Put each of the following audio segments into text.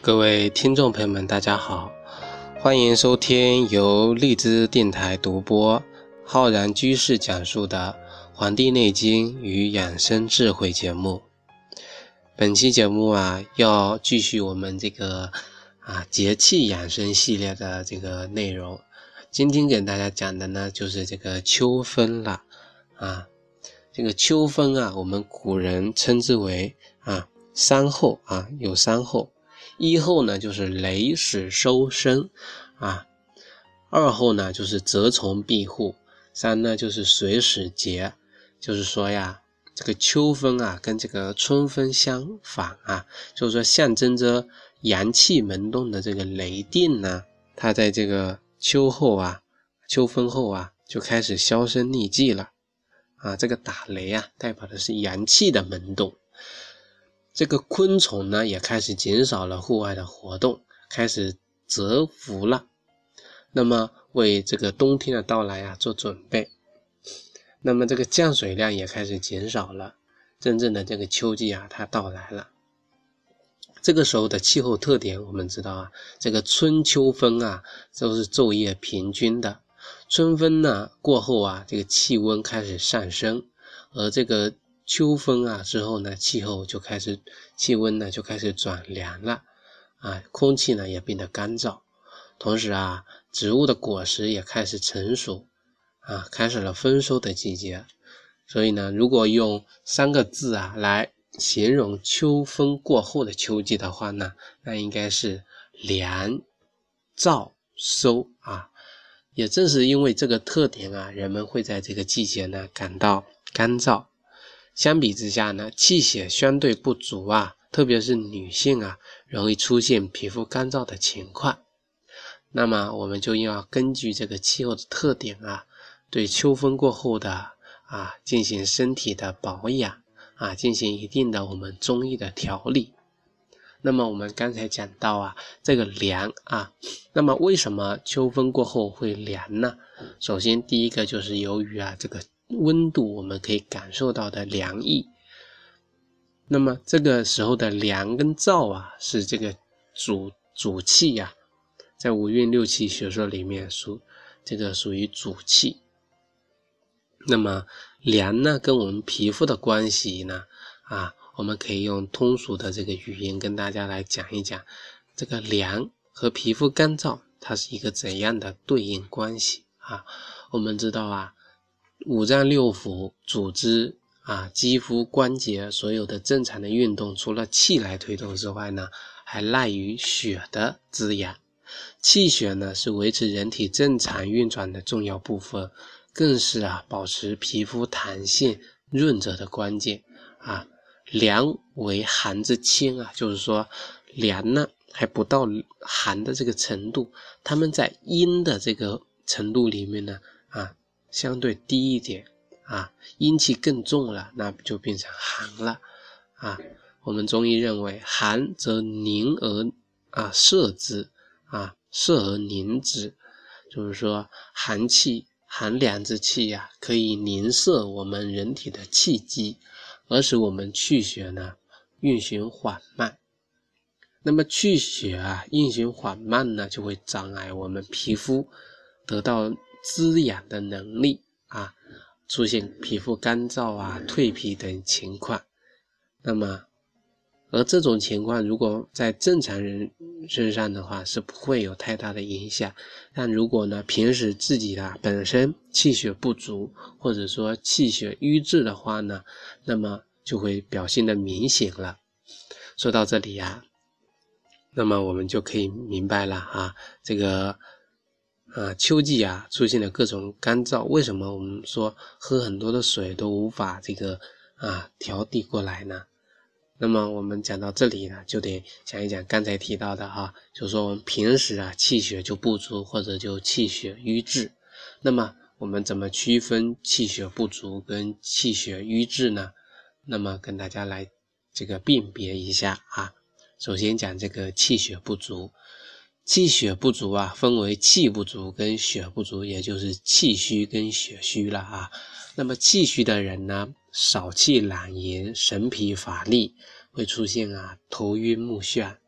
各位听众朋友们，大家好，欢迎收听由荔枝电台独播、浩然居士讲述的《黄帝内经与养生智慧》节目。本期节目要继续我们这个节气养生系列的这个内容。今天给大家讲的呢，就是这个秋分了这个秋分我们古人称之为三候有三候。一候呢就是雷始收声二候呢就是蛰虫闭户，三呢就是水始结。就是说这个秋分跟这个春分相反就是说象征着阳气萌动的这个雷电呢，它在这个秋分后就开始销声匿迹了这个打雷代表的是阳气的萌动。这个昆虫呢也开始减少了户外的活动，开始蛰伏了，那么为这个冬天的到来做准备。那么这个降水量也开始减少了，真正的这个秋季它到来了。这个时候的气候特点我们知道这个春秋分都是昼夜平均的。春分呢过后这个气温开始上升，而这个秋分之后呢，气温呢就开始转凉了空气呢也变得干燥，同时植物的果实也开始成熟开始了丰收的季节。所以呢，如果用三个字来形容秋分过后的秋季的话呢，那应该是凉燥收也正是因为这个特点人们会在这个季节呢感到干燥。相比之下呢，气血相对不足特别是女性容易出现皮肤干燥的情况。那么我们就要根据这个气候的特点对秋分过后的进行身体的保养进行一定的我们中医的调理。那么我们刚才讲到这个凉那么为什么秋分过后会凉呢？首先第一个就是由于这个温度我们可以感受到的凉意。那么这个时候的凉跟燥是这个主气在五运六气学说里面属于主气。那么凉呢跟我们皮肤的关系呢我们可以用通俗的这个语言跟大家来讲一讲，这个凉和皮肤干燥它是一个怎样的对应关系我们知道五脏六腑组织肌肤关节所有的正常的运动，除了气来推动之外呢，还赖于血的滋养。气血呢是维持人体正常运转的重要部分，更是保持皮肤弹性润泽的关键凉为寒之谦就是说凉呢还不到寒的这个程度，他们在阴的这个程度里面呢相对低一点阴气更重了，那就变成寒了我们中医认为寒则凝而摄之摄而凝之，就是说寒凉之气可以凝摄我们人体的气机，而使我们气血呢运行缓慢。那么气血运行缓慢呢，就会障碍我们皮肤得到滋养的能力出现皮肤干燥蜕皮等情况。那么而这种情况如果在正常人身上的话是不会有太大的影响，但如果呢平时自己本身气血不足，或者说气血瘀滞的话呢，那么就会表现得明显了。说到这里那么我们就可以明白了这个秋季出现了各种干燥，为什么我们说喝很多的水都无法这个调递过来呢？那么我们讲到这里呢，就得讲一讲刚才提到的就是说我们平时气血就不足，或者就气血瘀滞。那么我们怎么区分气血不足跟气血瘀滞呢？那么跟大家来这个辨别一下首先讲这个气血不足。气血不足分为气不足跟血不足，也就是气虚跟血虚了那么气虚的人呢，少气懒言，神疲乏力，会出现头晕目眩，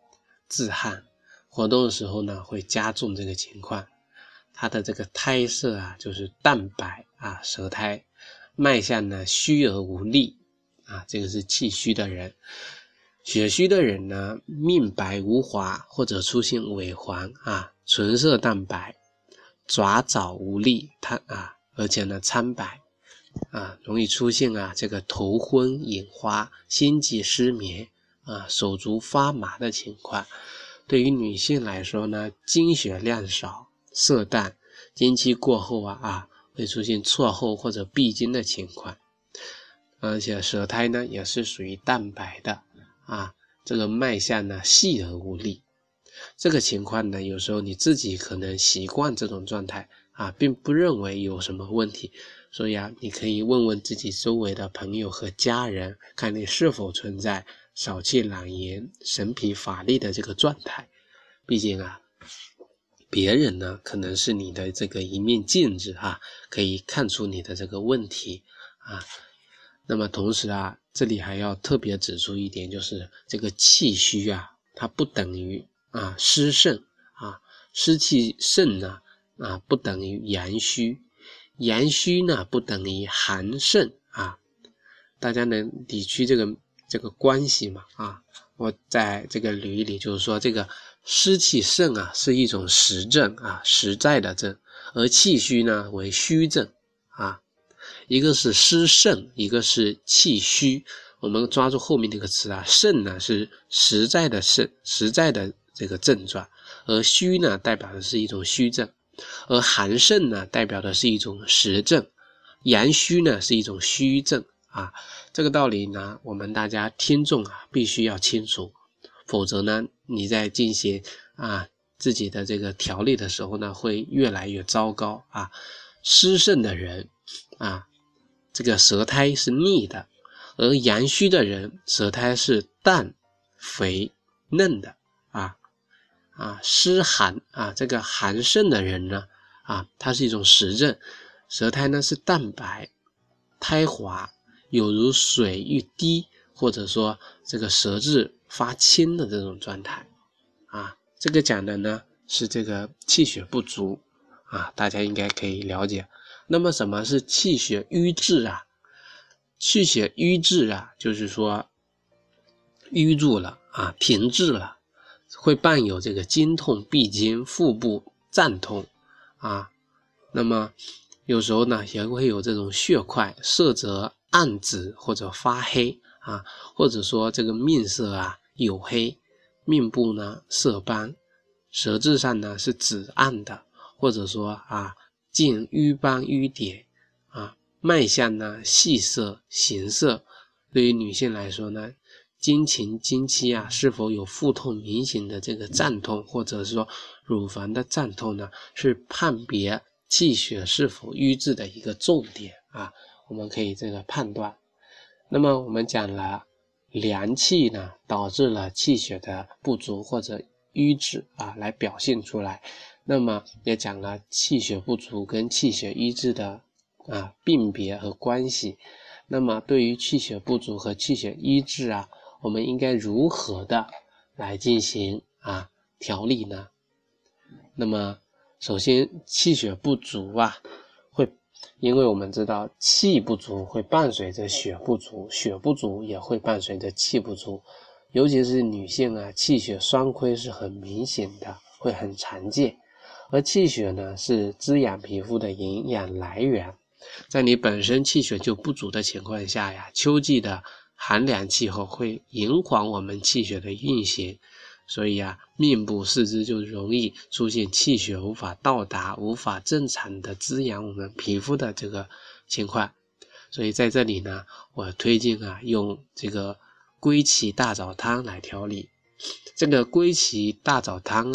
自汗，活动的时候呢会加重这个情况。它的这个胎色啊就是淡白啊，舌苔，脉象呢虚而无力啊，这个是气虚的人。血虚的人呢，面白无华或者出现萎黄啊，唇色淡白，爪爪无力，而且呢苍白啊，容易出现这个头昏眼花、心悸失眠啊、手足发麻的情况。对于女性来说呢，经血量少、色淡，经期过后会出现错后或者闭经的情况。而且舌苔呢也是属于淡白的这个脉象呢细而无力。这个情况呢，有时候你自己可能习惯这种状态并不认为有什么问题，所以你可以问问自己周围的朋友和家人，看你是否存在少气懒言、神疲乏力的这个状态。毕竟别人呢可能是你的这个一面镜子可以看出你的这个问题那么同时这里还要特别指出一点，就是这个气虚它不等于湿盛湿气盛呢不等于阳虚，阳虚呢不等于寒盛大家能理屈这个关系吗我在这个捋一捋，就是说这个湿气盛是一种实症实在的症，而气虚呢为虚症一个是湿盛，一个是气虚。我们抓住后面那个词盛呢是实在的盛，实在的这个症状，而虚呢代表的是一种虚症，而寒盛呢代表的是一种实症，阳虚呢是一种虚症这个道理呢我们大家听众必须要清楚，否则呢你在进行自己的这个调理的时候呢会越来越糟糕湿盛的人这个舌苔是腻的，而阳虚的人舌苔是淡肥嫩的湿寒这个寒盛的人呢它是一种实症，舌苔呢是淡白苔滑，有如水欲滴，或者说这个舌质发青的这种状态这个讲的呢是这个气血不足大家应该可以了解。那么什么是气血瘀滞气血瘀滞就是说瘀住了停滞了，会伴有这个经痛、闭经、腹部胀痛那么有时候呢也会有这种血块色泽暗紫或者发黑或者说这个面色黝黑，面部呢色斑，舌质上呢是紫暗的，或者说见瘀斑瘀点脉象呢细色形色。对于女性来说呢，经期是否有腹痛明显的这个胀痛，或者是说乳房的胀痛呢，是判别气血是否瘀滞的一个重点我们可以这个判断。那么我们讲了凉气呢导致了气血的不足或者瘀滞来表现出来，那么也讲了气血不足跟气血瘀滞的病别和关系。那么对于气血不足和气血瘀滞我们应该如何的来进行调理呢？那么首先气血不足因为我们知道气不足会伴随着血不足，血不足也会伴随着气不足，尤其是女性气血双亏是很明显的，会很常见。而气血呢是滋养皮肤的营养来源，在你本身气血就不足的情况下秋季的寒凉气候会影响我们气血的运行，所以面部四肢就容易出现气血无法到达，无法正常的滋养我们皮肤的这个情况。所以在这里呢，我推荐用这个归芪大枣汤来调理。这个归芪大枣汤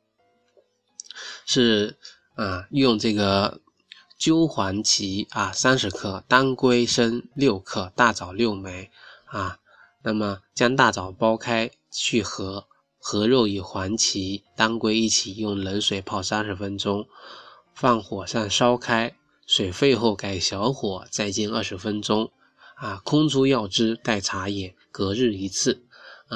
是用这个灸黄芪30克，当归参6克，大枣6枚那么将大枣剥开去核，合肉与黄芪、当归一起用冷水泡30分钟，放火上烧开，水沸后改小火再浸20分钟空出药汁，代茶饮，隔日一次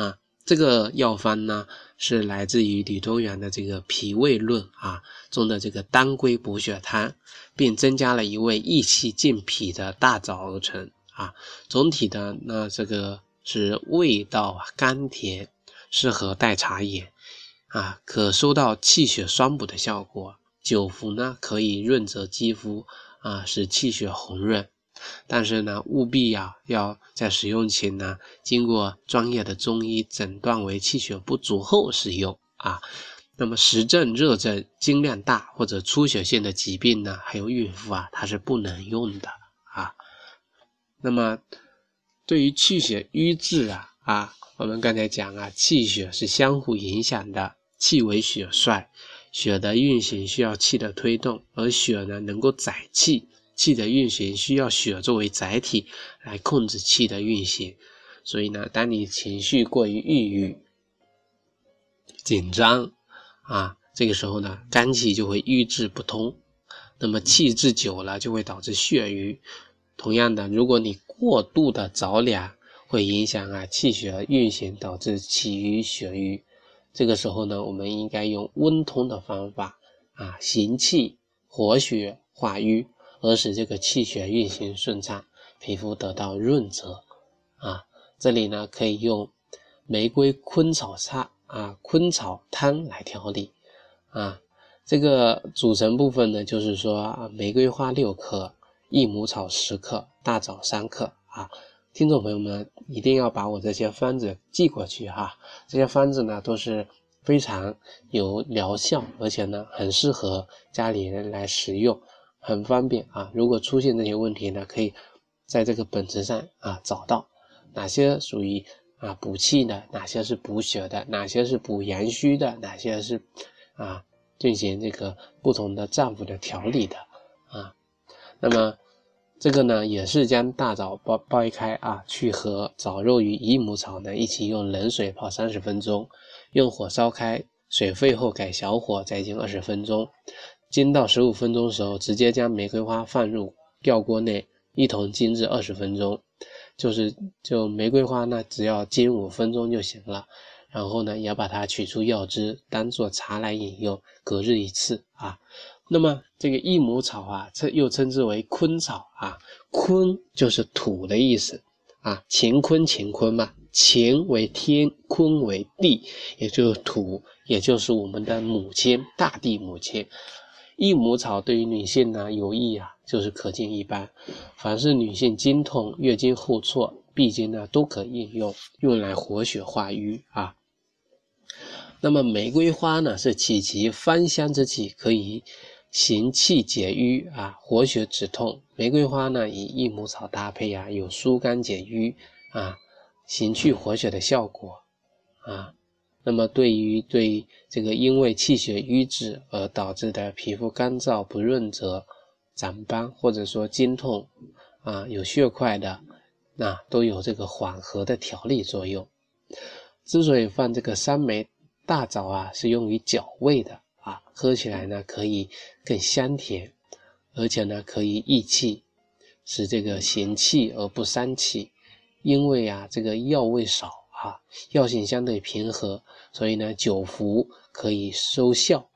这个药方呢是来自于李东垣的这个脾胃论中的这个当归补血汤，并增加了一味益气健脾的大枣而成总体的呢这个是味道甘甜，适合代茶饮可收到气血双补的效果。久服呢可以润泽肌肤使气血红润，但是呢务必要在使用前呢经过专业的中医诊断为气血不足后使用那么实症、热症、经量大或者出血性的疾病呢，还有孕妇它是不能用的那么对于气血瘀滞我们刚才讲气血是相互影响的，气为血帅，血的运行需要气的推动，而血呢能够载气，气的运行需要血作为载体来控制气的运行。所以呢，当你情绪过于抑郁、紧张这个时候呢，肝气就会瘀滞不通，那么气滞久了就会导致血瘀。同样的，如果你过度的着凉，会影响气血运行，导致气瘀血瘀。这个时候呢，我们应该用温通的方法行气活血化瘀，而使这个气血运行顺畅，皮肤得到润泽这里呢可以用玫瑰昆草昆草汤来调理这个组成部分呢就是说玫瑰花6克，益母草10克，大枣3克听众朋友们一定要把我这些方子记过去这些方子呢都是非常有疗效，而且呢很适合家里人来食用，很方便如果出现这些问题呢，可以在这个本子上找到哪些属于补气的，哪些是补血的，哪些是补阳虚的，哪些是进行这个不同的脏腑的调理的那么这个呢也是将大枣掰开去和枣肉与益母草呢一起用冷水泡30分钟，用火烧开，水沸后改小火再煎20分钟，煎到15分钟的时候，直接将玫瑰花放入吊锅内一同煎至20分钟。就玫瑰花呢只要煎5分钟就行了，然后呢也要把它取出药汁，当做茶来饮用，隔日一次那么这个益母草又称之为坤草坤就是土的意思乾坤嘛，乾为天，坤为地，也就是土，也就是我们的母亲，大地母亲。益母草对于女性呢有益就是可见一斑，凡是女性经痛、月经后挫、闭经呢都可应用，用来活血化瘀那么玫瑰花呢是起其芳香之气，可以行气解瘀活血止痛。玫瑰花呢与益母草搭配有疏肝解郁行去活血的效果那么对这个因为气血瘀滞而导致的皮肤干燥不润泽、长斑或者说经痛有血块的都有这个缓和的调理作用。之所以放这个山莓、大枣是用于绞胃的喝起来呢可以更香甜，而且呢可以益气，使这个行气而不伤气。因为这个药味少药性相对平和，所以呢久服可以收效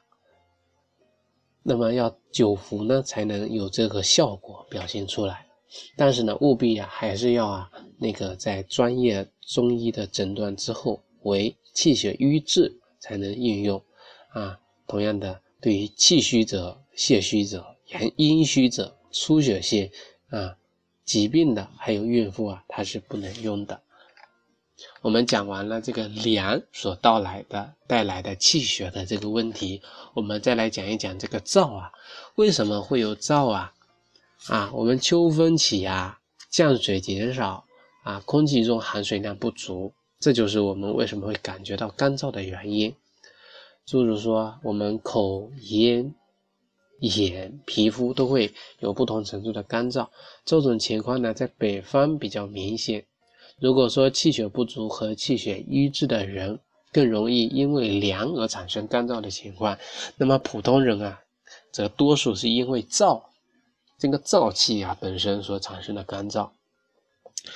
那么要久服呢才能有这个效果表现出来。但是呢务必还是要在专业中医的诊断之后，为气血瘀滞才能应用同样的，对于气虚者、血虚者、阴虚者、出血性疾病的还有孕妇它是不能用的。我们讲完了这个凉所带来的气血的这个问题，我们再来讲一讲这个燥为什么会有燥我们秋风起降水减少空气中含水量不足，这就是我们为什么会感觉到干燥的原因。诸如说我们口、咽、眼、皮肤都会有不同程度的干燥，这种情况呢在北方比较明显。如果说气血不足和气血瘀滞的人更容易因为凉而产生干燥的情况，那么普通人则多数是因为燥，这个燥气本身所产生的干燥。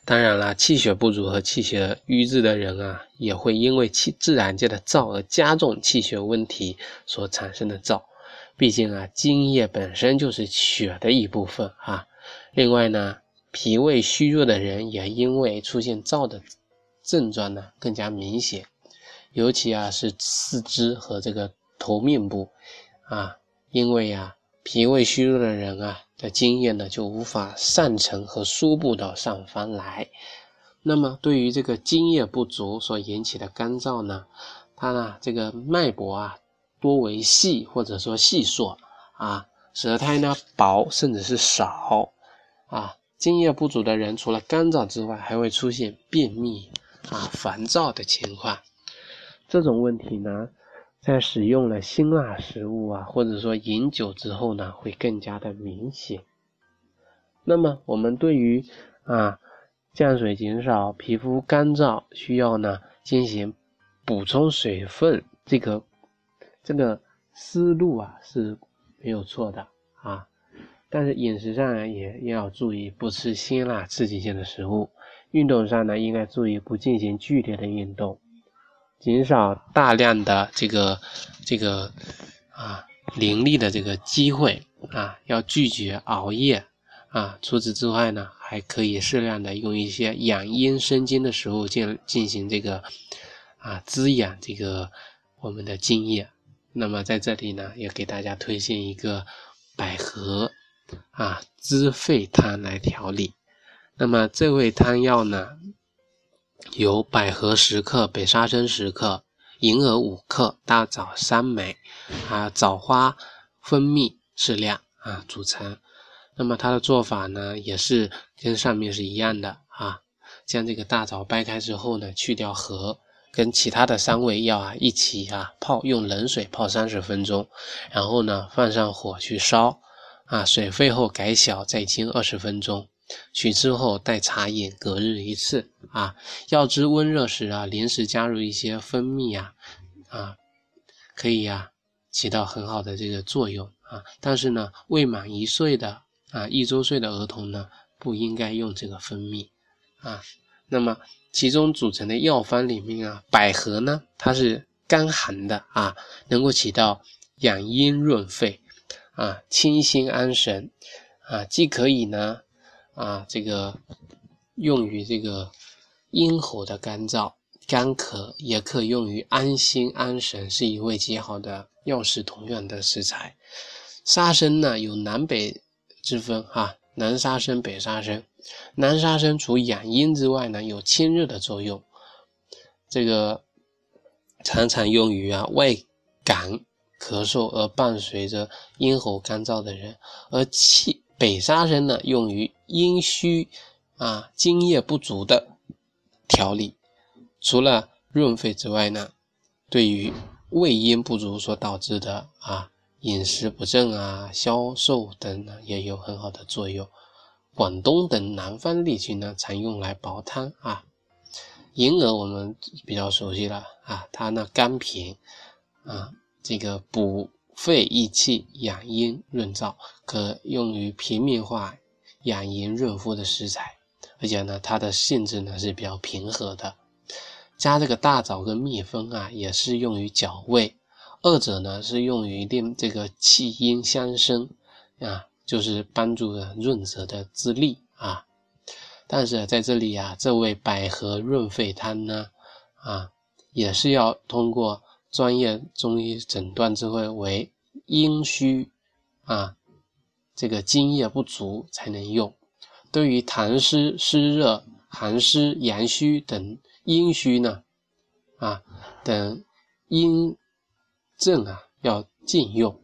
当然了，气血不足和气血瘀滞的人啊，也会因为自然界的燥而加重气血问题所产生的燥。毕竟啊，津液本身就是血的一部分啊。另外呢，脾胃虚弱的人也因为出现燥的症状呢更加明显，尤其啊是四肢和这个头面部啊，因为啊脾胃虚弱的人啊的津液呢就无法上承和输布到上方来。那么对于这个津液不足所引起的干燥呢，它呢这个脉搏啊多为细或者说细硕啊，舌苔呢薄甚至是少啊。津液不足的人除了干燥之外，还会出现便秘啊、烦躁的情况。这种问题呢，在使用了辛辣食物啊，或者说饮酒之后呢，会更加的明显。那么我们对于降水减少、皮肤干燥需要呢进行补充水分，这个思路啊是没有错的啊。但是饮食上也要注意不吃辛辣刺激性的食物，运动上呢应该注意不进行剧烈的运动，减少大量的这个淋漓的这个机会啊，要拒绝熬夜啊。除此之外呢，还可以适量的用一些养阴生津的食物进行这个滋养这个我们的津液。那么在这里呢，也给大家推荐一个百合滋肺汤来调理。那么这味汤药呢，有百合10克、北沙参10克、银耳5克、大枣3枚枣花蜂蜜适量组成。那么它的做法呢，也是跟上面是一样的将这个大枣掰开之后呢，去掉核，跟其他的3味药一起用冷水泡30分钟，然后呢放上火去烧水沸后改小再浸20分钟，取之后代茶饮，隔日一次药汁温热时临时加入一些蜂蜜可以起到很好的这个作用但是呢未满1岁的1周岁的儿童呢不应该用这个蜂蜜那么其中组成的药方里面百合呢它是甘寒的能够起到养阴润肺清心安神既可以呢这个用于这个咽喉的干燥干咳，也可用于安心安神，是一味极好的药食同源的食材。沙参呢有南北之分南沙参、北沙参。南沙参除养阴之外呢，有清热的作用，这个常常用于外感咳嗽而伴随着咽喉干燥的人，而北沙参呢用于阴虚津液不足的调理。除了润肺之外呢，对于胃阴不足所导致的饮食不振消瘦等呢也有很好的作用。广东等南方地区呢常用来煲汤银耳我们比较熟悉了它呢甘平这个补肺益气、养阴润燥，可用于平民化养阴润肤的食材，而且呢它的性质呢是比较平和的。加这个大枣跟蜜蜂也是用于矫胃，二者呢是用于令这个气阴相生就是帮助润泽的之力但是在这里这味百合润肺汤呢也是要通过专业中医诊断之后为阴虚这个津液不足才能用。对于痰湿、湿热、寒湿、阳虚等阴虚呢等阴症要禁用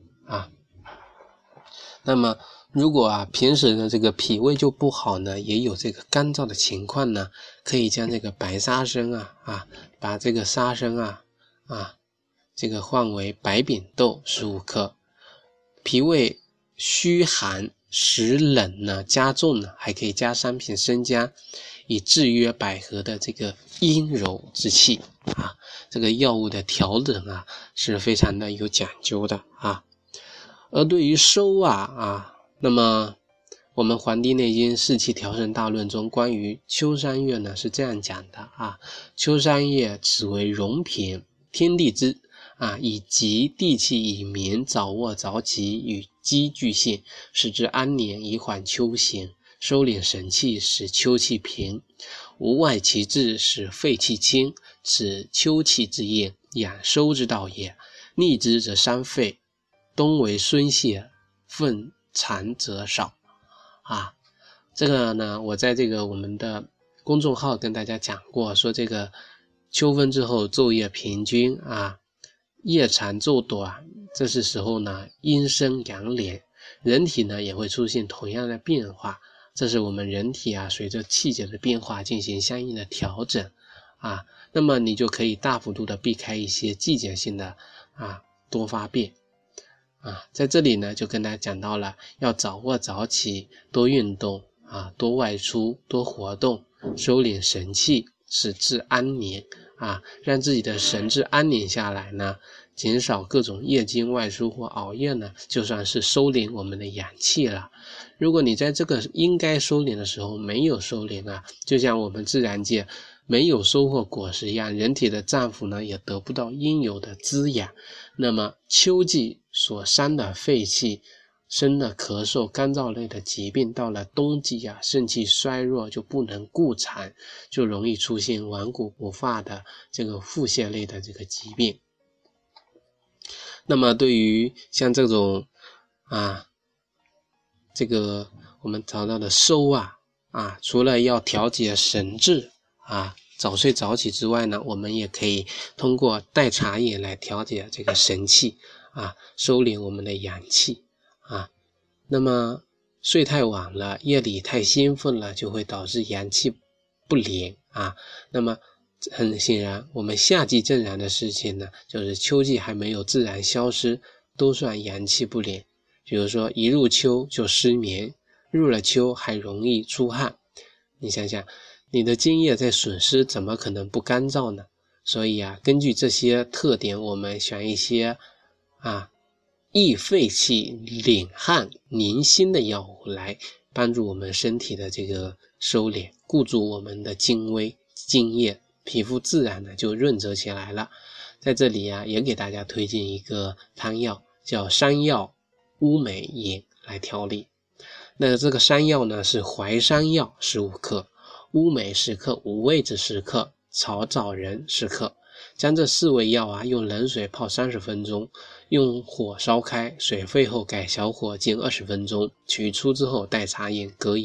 那么如果平时的这个脾胃就不好呢，也有这个干燥的情况呢，可以将这个白沙参把这个沙参这个换为白扁豆15克。脾胃虚寒时冷呢加重呢，还可以加3品生姜，以制约百合的这个阴柔之气这个药物的调整是非常的有讲究的而对于收那么我们《黄帝内经·士气调神大论》中关于秋三月呢是这样讲的啊：秋三月，此为荣平，天地之以极地气，以民早卧早起，与积俱现，使之安年，以缓秋行，收敛神气，使秋气平，无外其志，使肺气清，此秋气之验，养收之道也。逆之则伤肺，冬为孙泄，粪残则少。这个呢，我在这个我们的公众号跟大家讲过，说这个秋分之后昼夜平均夜长昼短，这是时候呢阴生阳敛，人体呢也会出现同样的变化，这是我们人体随着气节的变化进行相应的调整那么你就可以大幅度的避开一些季节性的多发变在这里呢就跟大家讲到了要早卧早起，多运动多外出，多活动，收敛神气，使之安宁让自己的神志安宁下来呢，减少各种夜惊外出或熬夜呢，就算是收敛我们的阳气了。如果你在这个应该收敛的时候没有收敛就像我们自然界没有收获果实一样，人体的脏腑呢也得不到应有的滋养。那么秋季所伤的肺气，生的咳嗽干燥类的疾病，到了冬季肾气衰弱，就不能固藏，就容易出现顽固不化的这个腹泻类的这个疾病。那么对于像这种这个我们谈到的收除了要调节神志早睡早起之外呢，我们也可以通过代茶饮来调节这个神气收敛我们的阳气那么睡太晚了，夜里太兴奋了，就会导致阳气不连那么很显然我们夏季正常的事情呢，就是秋季还没有自然消失，都算阳气不连。比如说一入秋就失眠，入了秋还容易出汗，你想想你的津液在损失，怎么可能不干燥呢？所以根据这些特点，我们选一些益肺气、敛汗、宁心的药物来帮助我们身体的这个收敛，固住我们的精微津液，皮肤自然的就润泽起来了。在这里也给大家推荐一个汤药，叫山药乌梅饮来调理。那这个山药呢是淮山药15克，乌梅10克，五味子10克，草枣仁10克。将这4味药用冷水泡30分钟，用火烧开，水沸后改小火煎20分钟，取出之后代茶饮，隔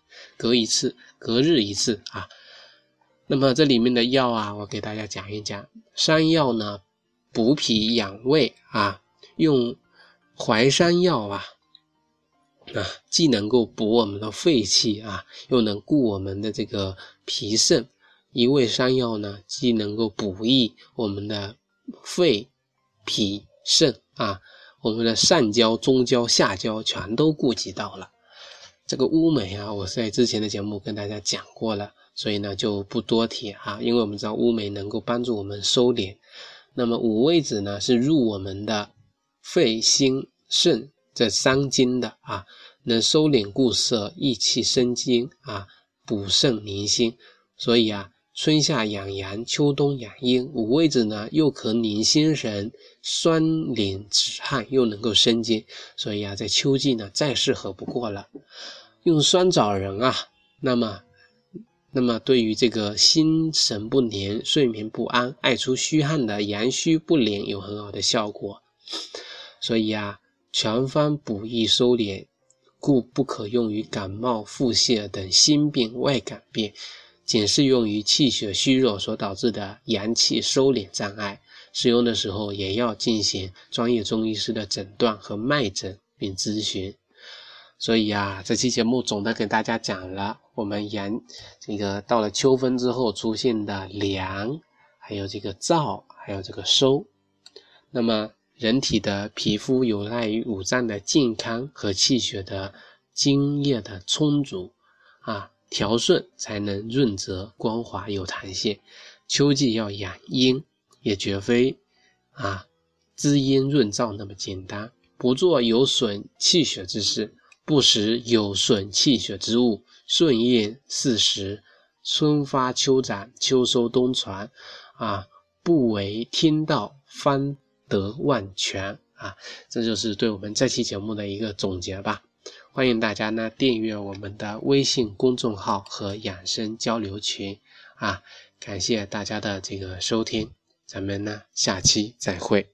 日一次那么这里面的药我给大家讲一讲。山药呢补脾养胃用淮山药既能够补我们的肺气又能固我们的这个脾肾。一味山药呢既能够补益我们的肺脾肾我们的上焦中焦下焦全都顾及到了。这个乌梅我在之前的节目跟大家讲过了，所以呢就不多提因为我们知道乌梅能够帮助我们收敛。那么五味子呢是入我们的肺心肾这3经的能收敛固涩，益气生津补肾宁心。所以春夏养阳，秋冬养阴。五味子呢又可宁心神，酸敛止汗，又能够生津，所以在秋季呢再适合不过了。用酸枣仁那么对于这个心神不宁、睡眠不安、爱出虚汗的阳虚不敛有很好的效果。所以全方补益收敛，故不可用于感冒、腹泻等心病、外感病，仅适用于气血虚弱所导致的阳气收敛障碍。使用的时候也要进行专业中医师的诊断和脉诊并咨询。所以这期节目总的给大家讲了我们这个到了秋分之后出现的凉，还有这个燥，还有这个收。那么人体的皮肤有赖于五脏的健康和气血的津液的充足调顺，才能润泽光滑有弹性。秋季要养阴，也绝非滋阴润燥那么简单，不做有损气血之事， 不食有损气血之物，顺应四时，春发秋长，秋收冬传不为天道，方得万全这就是对我们这期节目的一个总结吧。欢迎大家呢订阅我们的微信公众号和养生交流群感谢大家的这个收听，咱们呢下期再会。